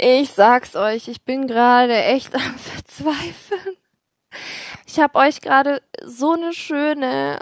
Ich sag's euch, ich bin gerade echt am Verzweifeln. Ich habe euch gerade so eine schöne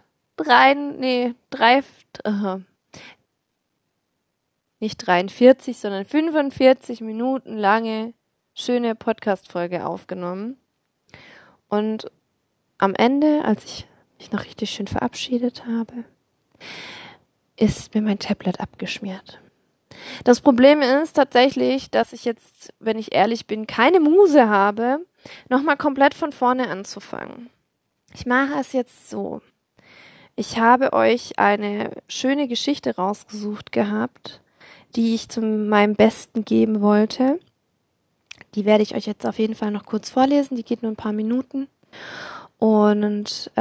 nicht 43, sondern 45 Minuten lange schöne Podcast-Folge aufgenommen. Und am Ende, als ich mich noch richtig schön verabschiedet habe, ist mir mein Tablet abgeschmiert. Das Problem ist tatsächlich, dass ich jetzt, wenn ich ehrlich bin, keine Muse habe, nochmal komplett von vorne anzufangen. Ich mache es jetzt so. Ich habe euch eine schöne Geschichte rausgesucht gehabt, die ich zu meinem Besten geben wollte. Die werde ich euch jetzt auf jeden Fall noch kurz vorlesen. Die geht nur ein paar Minuten. Und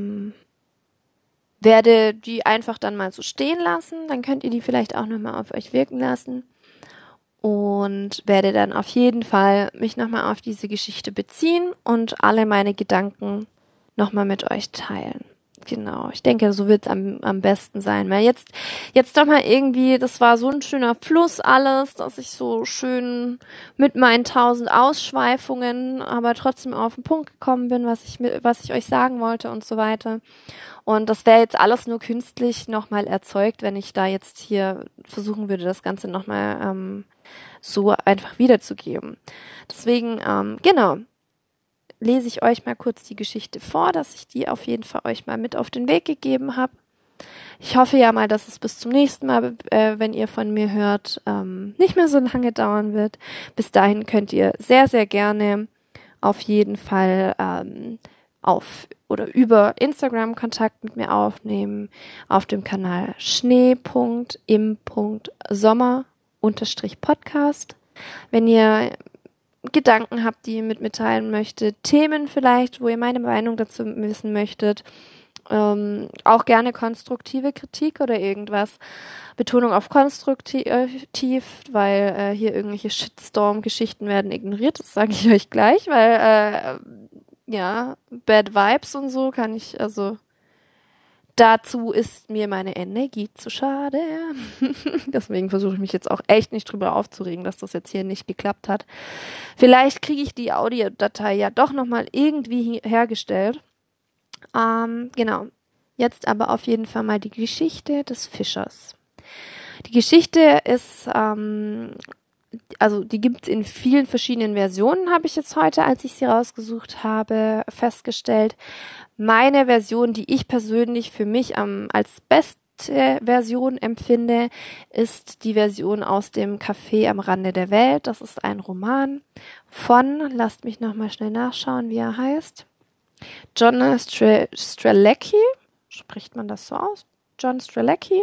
werde die einfach dann mal so stehen lassen. Dann könnt ihr die vielleicht auch nochmal auf euch wirken lassen. Und werde dann auf jeden Fall mich nochmal auf diese Geschichte beziehen und alle meine Gedanken nochmal mit euch teilen. Genau, ich denke, so wird es am besten sein. Weil jetzt doch mal irgendwie, das war so ein schöner Fluss alles, dass ich so schön mit meinen 1000 Ausschweifungen, aber trotzdem auf den Punkt gekommen bin, was ich euch sagen wollte und so weiter. Und das wäre jetzt alles nur künstlich nochmal erzeugt, wenn ich da jetzt hier versuchen würde, das Ganze nochmal so einfach wiederzugeben. Deswegen, genau, lese ich euch mal kurz die Geschichte vor, dass ich die auf jeden Fall euch mal mit auf den Weg gegeben habe. Ich hoffe ja mal, dass es bis zum nächsten Mal, wenn ihr von mir hört, nicht mehr so lange dauern wird. Bis dahin könnt ihr sehr, sehr gerne auf jeden Fall über Instagram Kontakt mit mir aufnehmen, auf dem Kanal schnee.im.sommer_podcast. Wenn ihr Gedanken habt, die ihr mit mir teilen möchtet, Themen vielleicht, wo ihr meine Meinung dazu wissen möchtet, auch gerne konstruktive Kritik oder irgendwas. Betonung auf konstruktiv, weil hier irgendwelche Shitstorm-Geschichten werden ignoriert, das sage ich euch gleich, weil Bad Vibes und so kann ich, also dazu ist mir meine Energie zu schade. Deswegen versuche ich mich jetzt auch echt nicht drüber aufzuregen, dass das jetzt hier nicht geklappt hat. Vielleicht kriege ich die Audiodatei ja doch nochmal irgendwie hergestellt. Genau. Jetzt aber auf jeden Fall mal die Geschichte des Fischers. Die Geschichte ist, die gibt's in vielen verschiedenen Versionen, habe ich jetzt heute, als ich sie rausgesucht habe, festgestellt. Meine Version, die ich persönlich für mich als beste Version empfinde, ist die Version aus dem Café am Rande der Welt. Das ist ein Roman von, lasst mich nochmal schnell nachschauen, wie er heißt, John Strzelecki. Spricht man das so aus? John Strzelecki.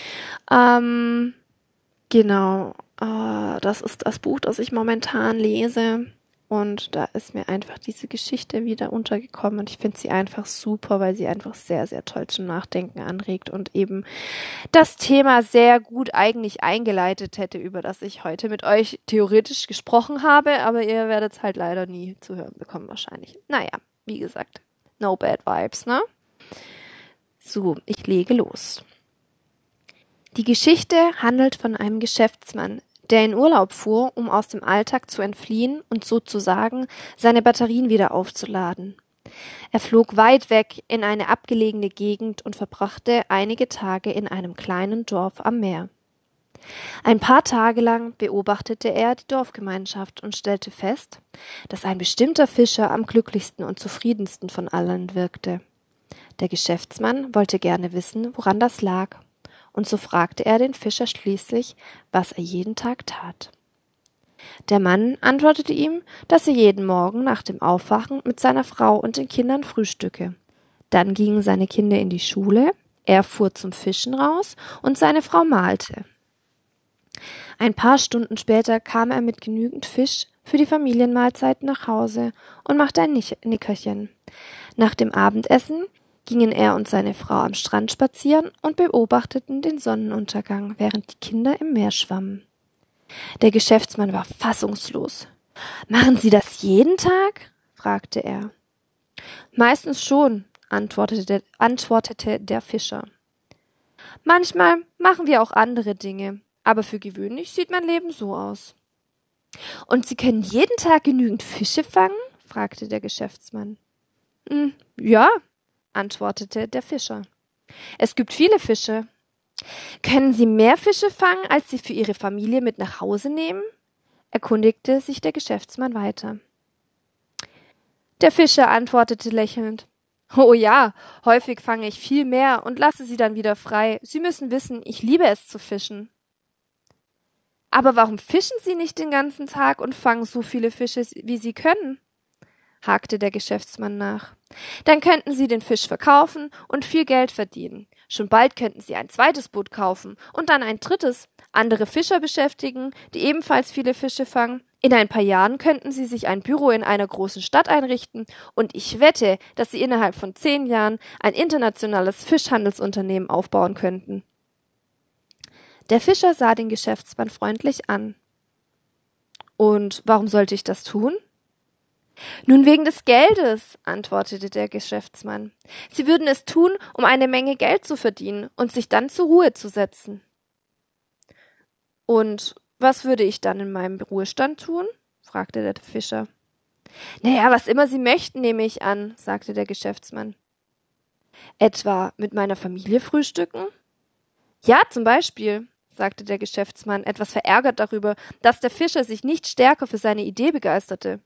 Genau. Das ist das Buch, das ich momentan lese. Und da ist mir einfach diese Geschichte wieder untergekommen. Und ich finde sie einfach super, weil sie einfach sehr, sehr toll zum Nachdenken anregt und eben das Thema sehr gut eigentlich eingeleitet hätte, über das ich heute mit euch theoretisch gesprochen habe. Aber ihr werdet es halt leider nie zu hören bekommen wahrscheinlich. Naja, wie gesagt, no bad vibes, ne? So, ich lege los. Die Geschichte handelt von einem Geschäftsmann, der in Urlaub fuhr, um aus dem Alltag zu entfliehen und sozusagen seine Batterien wieder aufzuladen. Er flog weit weg in eine abgelegene Gegend und verbrachte einige Tage in einem kleinen Dorf am Meer. Ein paar Tage lang beobachtete er die Dorfgemeinschaft und stellte fest, dass ein bestimmter Fischer am glücklichsten und zufriedensten von allen wirkte. Der Geschäftsmann wollte gerne wissen, woran das lag. Und so fragte er den Fischer schließlich, was er jeden Tag tat. Der Mann antwortete ihm, dass er jeden Morgen nach dem Aufwachen mit seiner Frau und den Kindern frühstücke. Dann gingen seine Kinder in die Schule, er fuhr zum Fischen raus und seine Frau malte. Ein paar Stunden später kam er mit genügend Fisch für die Familienmahlzeit nach Hause und machte ein Nickerchen. Nach dem Abendessen gingen er und seine Frau am Strand spazieren und beobachteten den Sonnenuntergang, während die Kinder im Meer schwammen. Der Geschäftsmann war fassungslos. »Machen Sie das jeden Tag?« fragte er. »Meistens schon«, antwortete der Fischer. »Manchmal machen wir auch andere Dinge, aber für gewöhnlich sieht mein Leben so aus.« Und Sie können jeden Tag genügend Fische fangen? Fragte der Geschäftsmann. Ja, antwortete der Fischer. Es gibt viele Fische. Können Sie mehr Fische fangen, als Sie für Ihre Familie mit nach Hause nehmen? Erkundigte sich der Geschäftsmann weiter. Der Fischer antwortete lächelnd. Oh ja, häufig fange ich viel mehr und lasse sie dann wieder frei. Sie müssen wissen, ich liebe es zu fischen. Aber warum fischen Sie nicht den ganzen Tag und fangen so viele Fische, wie Sie können? Hakte der Geschäftsmann nach. Dann könnten Sie den Fisch verkaufen und viel Geld verdienen. Schon bald könnten Sie ein zweites Boot kaufen und dann ein drittes, andere Fischer beschäftigen, die ebenfalls viele Fische fangen. In ein paar Jahren könnten Sie sich ein Büro in einer großen Stadt einrichten und ich wette, dass Sie innerhalb von 10 Jahren ein internationales Fischhandelsunternehmen aufbauen könnten. Der Fischer sah den Geschäftsmann freundlich an. Und warum sollte ich das tun? Nun wegen des Geldes, antwortete der Geschäftsmann. Sie würden es tun, um eine Menge Geld zu verdienen und sich dann zur Ruhe zu setzen. Und was würde ich dann in meinem Ruhestand tun? Fragte der Fischer. Naja, was immer Sie möchten, nehme ich an, sagte der Geschäftsmann. Etwa mit meiner Familie frühstücken? Ja, zum Beispiel, sagte der Geschäftsmann, etwas verärgert darüber, dass der Fischer sich nicht stärker für seine Idee begeisterte.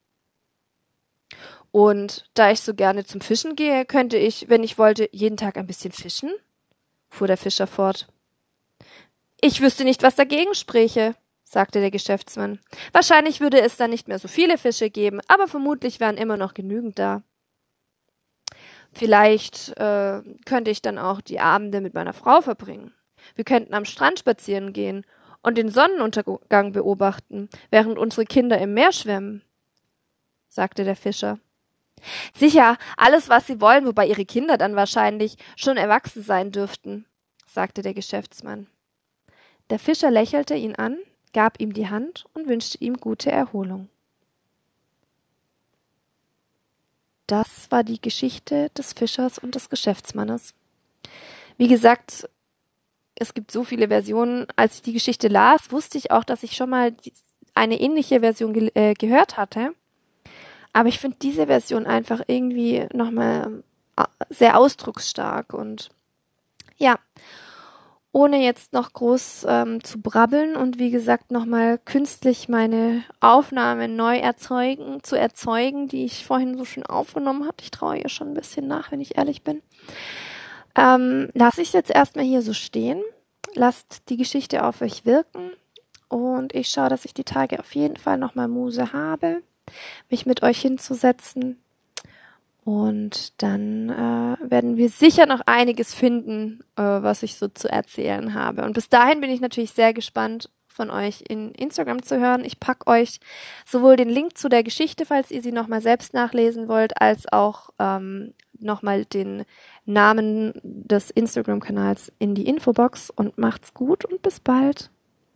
Und da ich so gerne zum Fischen gehe, könnte ich, wenn ich wollte, jeden Tag ein bisschen fischen? Fuhr der Fischer fort. Ich wüsste nicht, was dagegen spräche, sagte der Geschäftsmann. Wahrscheinlich würde es dann nicht mehr so viele Fische geben, aber vermutlich wären immer noch genügend da. Vielleicht könnte ich dann auch die Abende mit meiner Frau verbringen. Wir könnten am Strand spazieren gehen und den Sonnenuntergang beobachten, während unsere Kinder im Meer schwimmen, sagte der Fischer. Sicher, alles, was Sie wollen, wobei Ihre Kinder dann wahrscheinlich schon erwachsen sein dürften, sagte der Geschäftsmann. Der Fischer lächelte ihn an, gab ihm die Hand und wünschte ihm gute Erholung. Das war die Geschichte des Fischers und des Geschäftsmannes. Wie gesagt, es gibt so viele Versionen. Als ich die Geschichte las, wusste ich auch, dass ich schon mal eine ähnliche Version gehört hatte. Aber ich finde diese Version einfach irgendwie nochmal sehr ausdrucksstark und ja, ohne jetzt noch groß zu brabbeln und wie gesagt nochmal künstlich meine Aufnahme neu zu erzeugen, die ich vorhin so schön aufgenommen hatte. Ich traue ihr schon ein bisschen nach, wenn ich ehrlich bin. Lasse ich es jetzt erstmal hier so stehen. Lasst die Geschichte auf euch wirken und ich schaue, dass ich die Tage auf jeden Fall nochmal Muse habe, mich mit euch hinzusetzen. Und dann werden wir sicher noch einiges finden, was ich so zu erzählen habe. Und bis dahin bin ich natürlich sehr gespannt, von euch in Instagram zu hören. Ich packe euch sowohl den Link zu der Geschichte, falls ihr sie nochmal selbst nachlesen wollt, als auch nochmal den Namen des Instagram-Kanals in die Infobox. Und macht's gut und bis bald.